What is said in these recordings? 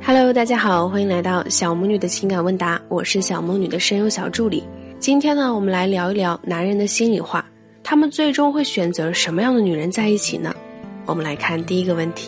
Hello， 大家好，欢迎来到小母女的情感问答，我是小母女的声优小助理。今天呢，我们来聊一聊男人的心里话，他们最终会选择什么样的女人在一起呢？我们来看第一个问题。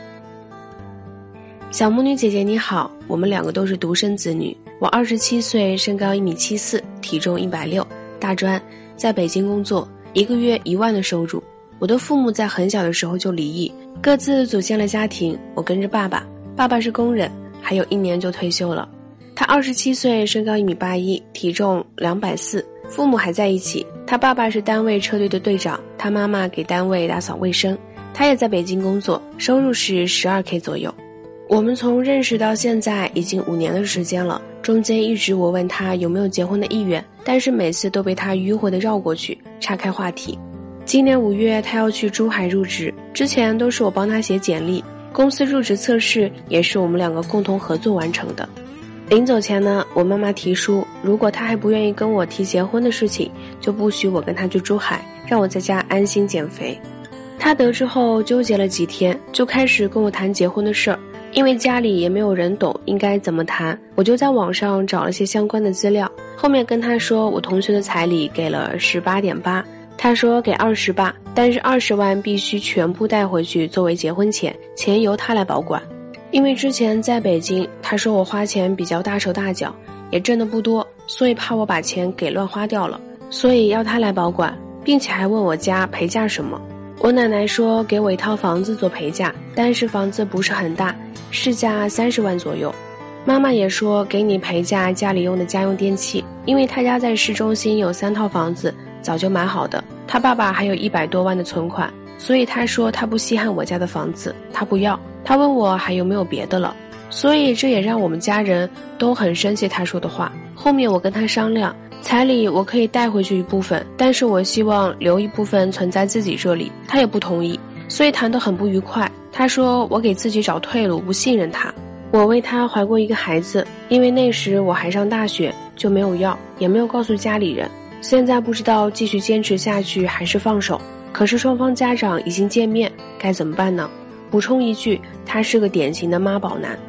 小母女姐姐你好，我们两个都是独生子女，我27岁，身高1.74米，体重160，大专，在北京工作，一个月1万的收入。我的父母在很小的时候就离异，各自组建了家庭，我跟着爸爸，爸爸是工人，还有1年就退休了。他27岁，身高1.81米，体重240，父母还在一起。他爸爸是单位车队的队长，他妈妈给单位打扫卫生。他也在北京工作，收入是12K 左右。我们从认识到现在已经5年的时间了，中间一直我问他有没有结婚的意愿，但是每次都被他迂回的绕过去，岔开话题。今年5月他要去珠海入职，之前都是我帮他写简历，公司入职测试也是我们两个共同合作完成的。临走前呢，我妈妈提出，如果他还不愿意跟我提结婚的事情，就不许我跟他去珠海，让我在家安心减肥。他得知后纠结了几天，就开始跟我谈结婚的事儿。因为家里也没有人懂应该怎么谈，我就在网上找了些相关的资料，后面跟他说我同学的彩礼给了18.8%，他说给28%，但是20万必须全部带回去作为结婚钱，钱由他来保管。因为之前在北京，他说我花钱比较大手大脚，也挣得不多，所以怕我把钱给乱花掉了，所以要他来保管，并且还问我家陪嫁什么。我奶奶说给我一套房子做陪嫁，但是房子不是很大，市价30万左右。妈妈也说给你陪嫁家里用的家用电器，因为他家在市中心有3套房子，早就买好的，他爸爸还有100多万的存款，所以他说他不稀罕我家的房子，他不要，他问我还有没有别的了。所以这也让我们家人都很生气他说的话。后面我跟他商量，彩礼我可以带回去一部分，但是我希望留一部分存在自己这里，他也不同意，所以谈得很不愉快。他说我给自己找退路，不信任他。我为他怀过一个孩子，因为那时我还上大学，就没有要，也没有告诉家里人。现在不知道继续坚持下去还是放手，可是双方家长已经见面，该怎么办呢？补充一句，他是个典型的妈宝男。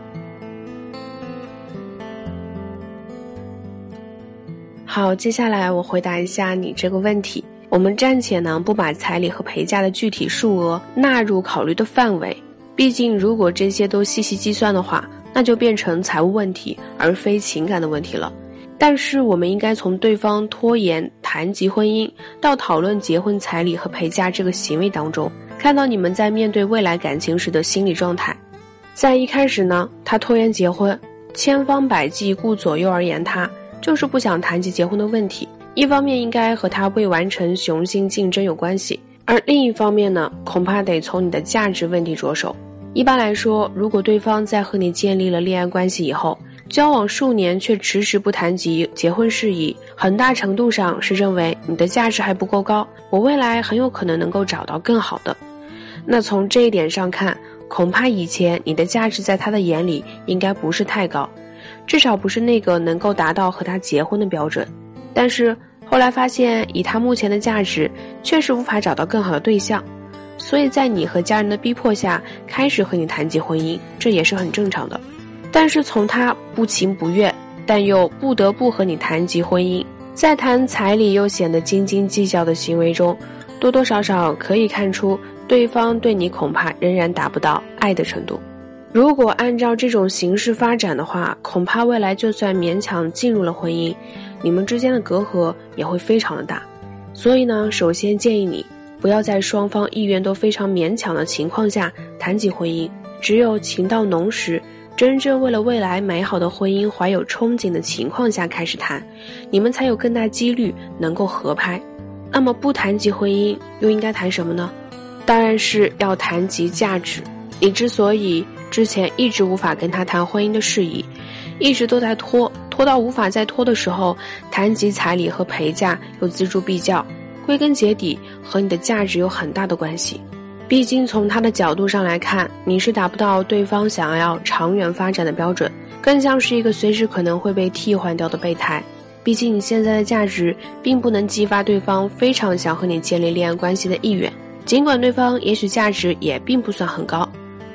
好，接下来我回答一下你这个问题。我们暂且呢不把彩礼和陪嫁的具体数额纳入考虑的范围，毕竟如果这些都细细计算的话，那就变成财务问题而非情感的问题了。但是我们应该从对方拖延谈及婚姻到讨论结婚彩礼和陪嫁这个行为当中，看到你们在面对未来感情时的心理状态。在一开始呢，他拖延结婚，千方百计顾左右而言他，就是不想谈及结婚的问题。一方面应该和他未完成雄性竞争有关系，而另一方面呢，恐怕得从你的价值问题着手。一般来说，如果对方在和你建立了恋爱关系以后，交往数年却迟迟不谈及结婚事宜，很大程度上是认为你的价值还不够高，我未来很有可能能够找到更好的。那从这一点上看，恐怕以前你的价值在他的眼里应该不是太高，至少不是那个能够达到和他结婚的标准。但是后来发现以他目前的价值确实无法找到更好的对象，所以在你和家人的逼迫下开始和你谈及婚姻，这也是很正常的。但是从他不情不愿但又不得不和你谈及婚姻，在谈彩礼又显得斤斤计较的行为中，多多少少可以看出对方对你恐怕仍然达不到爱的程度。如果按照这种形式发展的话，恐怕未来就算勉强进入了婚姻，你们之间的隔阂也会非常的大。所以呢，首先建议你不要在双方意愿都非常勉强的情况下谈及婚姻，只有情到浓时，真正为了未来美好的婚姻怀有憧憬的情况下开始谈，你们才有更大几率能够合拍。那么不谈及婚姻又应该谈什么呢？当然是要谈及价值。你之所以之前一直无法跟他谈婚姻的事宜，一直都在拖到无法再拖的时候，谈及彩礼和陪嫁又锱铢必较，归根结底和你的价值有很大的关系。毕竟从他的角度上来看，你是达不到对方想要长远发展的标准，更像是一个随时可能会被替换掉的备胎。毕竟你现在的价值并不能激发对方非常想和你建立恋爱关系的意愿，尽管对方也许价值也并不算很高。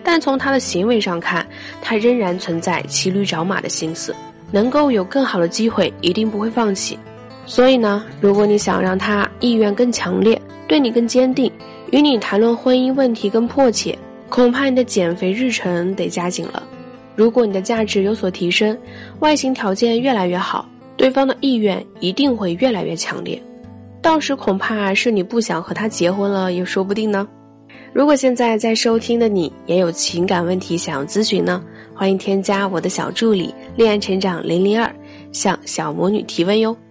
但从他的行为上看，他仍然存在骑驴找马的心思，能够有更好的机会一定不会放弃。所以呢，如果你想让他意愿更强烈，对你更坚定，与你谈论婚姻问题更迫切，恐怕你的减肥日程得加紧了。如果你的价值有所提升，外形条件越来越好，对方的意愿一定会越来越强烈，到时恐怕是你不想和他结婚了也说不定呢。如果现在在收听的你也有情感问题想要咨询呢，欢迎添加我的小助理恋爱成长002，向小魔女提问哟。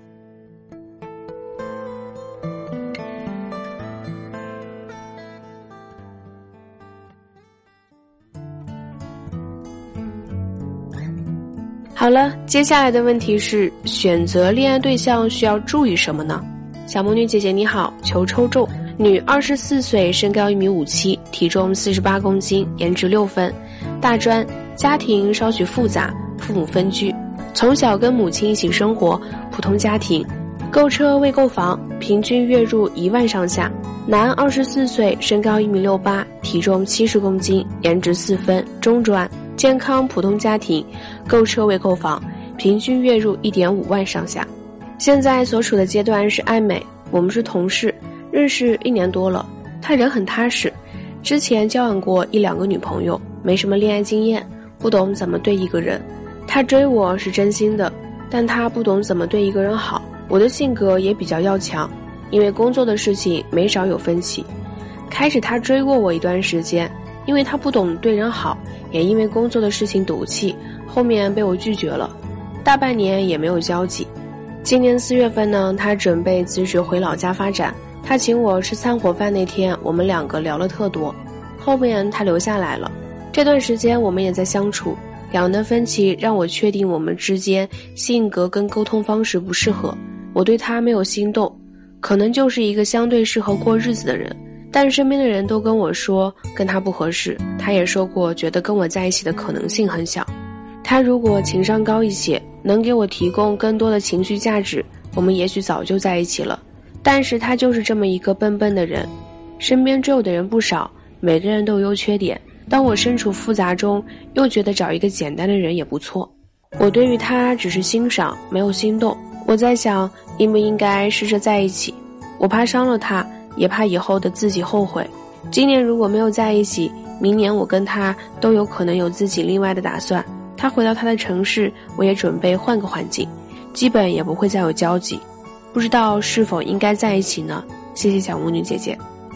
好了，接下来的问题是，选择恋爱对象需要注意什么呢？小魔女姐姐你好，求抽中。女，24岁，身高1.57米，体重48公斤，颜值6分，大专，家庭稍许复杂，父母分居，从小跟母亲一起生活，普通家庭，购车未购房，平均月入1万上下。男，24岁，身高1.68米，体重70公斤，颜值4分，中专，健康普通家庭，购车未购房，平均月入1.5万上下。现在所处的阶段是暧昧，我们是同事，认识1年多了，他人很踏实，之前交往过1-2个女朋友，没什么恋爱经验，不懂怎么对一个人。他追我是真心的，但他不懂怎么对一个人好。我的性格也比较要强，因为工作的事情没少有分歧。开始他追过我一段时间，因为他不懂对人好，也因为工作的事情赌气，后面被我拒绝了，大半年也没有交集。今年4月份呢，他准备辞职回老家发展，他请我吃餐伙饭那天，我们2个聊了特多，后面他留下来了。这段时间我们也在相处，两人的分歧让我确定我们之间性格跟沟通方式不适合，我对他没有心动，可能就是一个相对适合过日子的人，但身边的人都跟我说跟他不合适，他也说过觉得跟我在一起的可能性很小。他如果情商高一些，能给我提供更多的情绪价值，我们也许早就在一起了。但是他就是这么一个笨笨的人，身边追我的人不少，每个人都有优缺点，当我身处复杂中，又觉得找一个简单的人也不错。我对于他只是欣赏，没有心动。我在想应不应该试着在一起，我怕伤了他，也怕以后的自己后悔。今年如果没有在一起，明年我跟他都有可能有自己另外的打算。他回到他的城市，我也准备换个环境，基本也不会再有交集。不知道是否应该在一起呢？谢谢小魔女姐姐。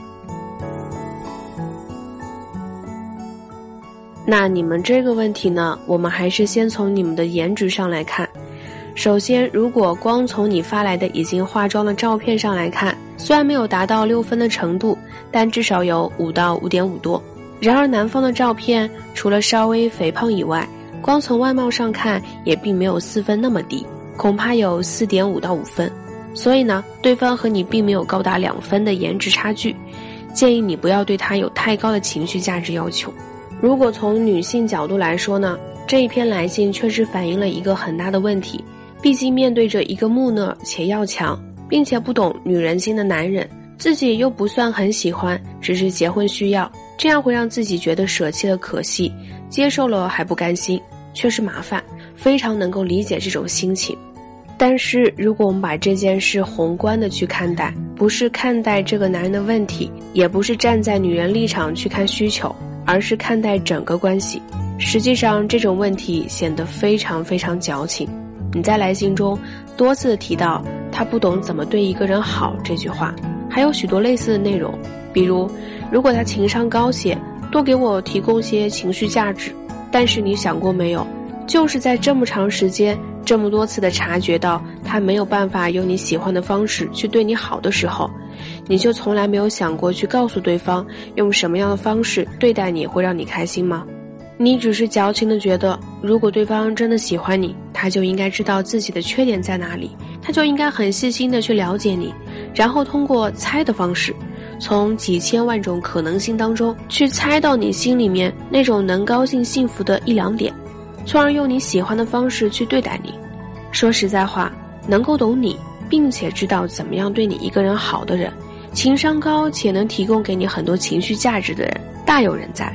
那你们这个问题呢，我们还是先从你们的颜值上来看。首先，如果光从你发来的已经化妆的照片上来看，虽然没有达到6分的程度，但至少有5到5.5多。然而男方的照片除了稍微肥胖以外，光从外貌上看也并没有4分那么低，恐怕有4.5到5分。所以呢，对方和你并没有高达2分的颜值差距，建议你不要对他有太高的情绪价值要求。如果从女性角度来说呢，这一篇来信确实反映了一个很大的问题，毕竟面对着一个木讷且要强，并且不懂女人心的男人，自己又不算很喜欢，只是结婚需要，这样会让自己觉得舍弃了可惜，接受了还不甘心，确实麻烦，非常能够理解这种心情。但是如果我们把这件事宏观的去看待，不是看待这个男人的问题，也不是站在女人立场去看需求，而是看待整个关系，实际上这种问题显得非常非常矫情。你在来信中多次提到他不懂怎么对一个人好这句话，还有许多类似的内容，比如如果他情商高些，多给我提供些情绪价值。但是你想过没有，就是在这么长时间这么多次的察觉到他没有办法用你喜欢的方式去对你好的时候，你就从来没有想过去告诉对方用什么样的方式对待你会让你开心吗？你只是矫情的觉得，如果对方真的喜欢你，他就应该知道自己的缺点在哪里，他就应该很细心的去了解你，然后通过猜的方式，从几千万种可能性当中去猜到你心里面那种能高兴幸福的1-2点，从而用你喜欢的方式去对待你。说实在话，能够懂你并且知道怎么样对你一个人好的人，情商高且能提供给你很多情绪价值的人，大有人在。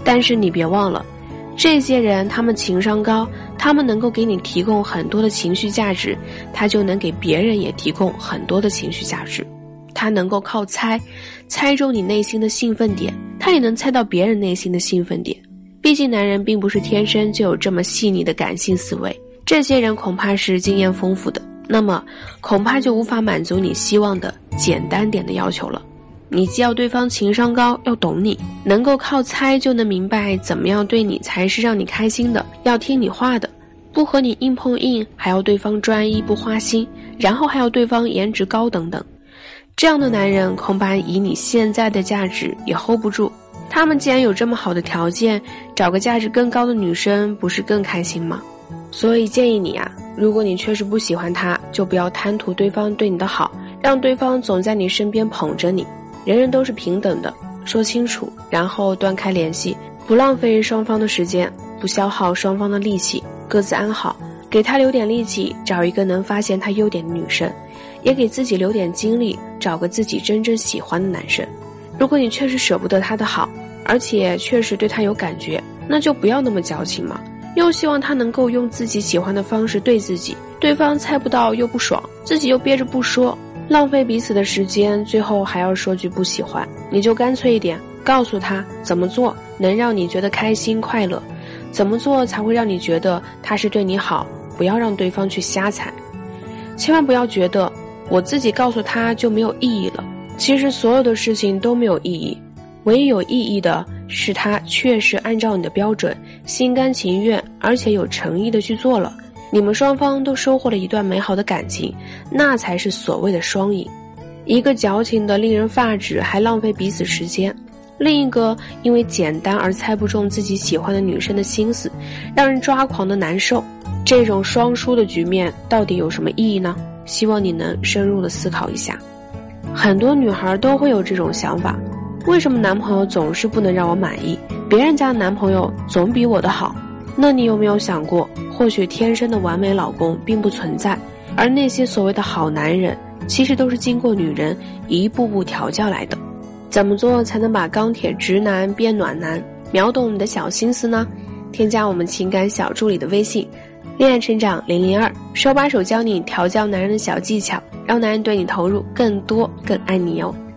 但是你别忘了，这些人他们情商高，他们能够给你提供很多的情绪价值，他就能给别人也提供很多的情绪价值。他能够靠猜中你内心的兴奋点，他也能猜到别人内心的兴奋点。毕竟男人并不是天生就有这么细腻的感性思维，这些人恐怕是经验丰富的，那么恐怕就无法满足你希望的简单点的要求了。你既要对方情商高，要懂你，能够靠猜就能明白怎么样对你才是让你开心的，要听你话的，不和你硬碰硬，还要对方专一不花心，然后还要对方颜值高等等。这样的男人恐怕以你现在的价值也 hold 不住。他们既然有这么好的条件，找个价值更高的女生不是更开心吗？所以建议你啊，如果你确实不喜欢他，就不要贪图对方对你的好，让对方总在你身边捧着你。人人都是平等的，说清楚，然后断开联系，不浪费双方的时间，不消耗双方的力气，各自安好，给他留点力气，找一个能发现他优点的女生，也给自己留点精力，找个自己真正喜欢的男生。如果你确实舍不得他的好，而且确实对他有感觉，那就不要那么矫情嘛。又希望他能够用自己喜欢的方式对自己，对方猜不到又不爽，自己又憋着不说，浪费彼此的时间，最后还要说句不喜欢。你就干脆一点，告诉他怎么做能让你觉得开心快乐，怎么做才会让你觉得他是对你好，不要让对方去瞎猜。千万不要觉得我自己告诉他就没有意义了，其实所有的事情都没有意义，唯一有意义的是他确实按照你的标准心甘情愿而且有诚意的去做了，你们双方都收获了一段美好的感情，那才是所谓的双赢。一个矫情的令人发指还浪费彼此时间，另一个因为简单而猜不中自己喜欢的女生的心思，让人抓狂的难受，这种双输的局面到底有什么意义呢？希望你能深入的思考一下。很多女孩都会有这种想法，为什么男朋友总是不能让我满意？别人家的男朋友总比我的好。那你有没有想过，或许天生的完美老公并不存在，而那些所谓的好男人，其实都是经过女人一步步调教来的。怎么做才能把钢铁直男变暖男？秒懂你的小心思呢？添加我们情感小助理的微信，恋爱成长002，手把手教你调教男人的小技巧，让男人对你投入更多，更爱你哦。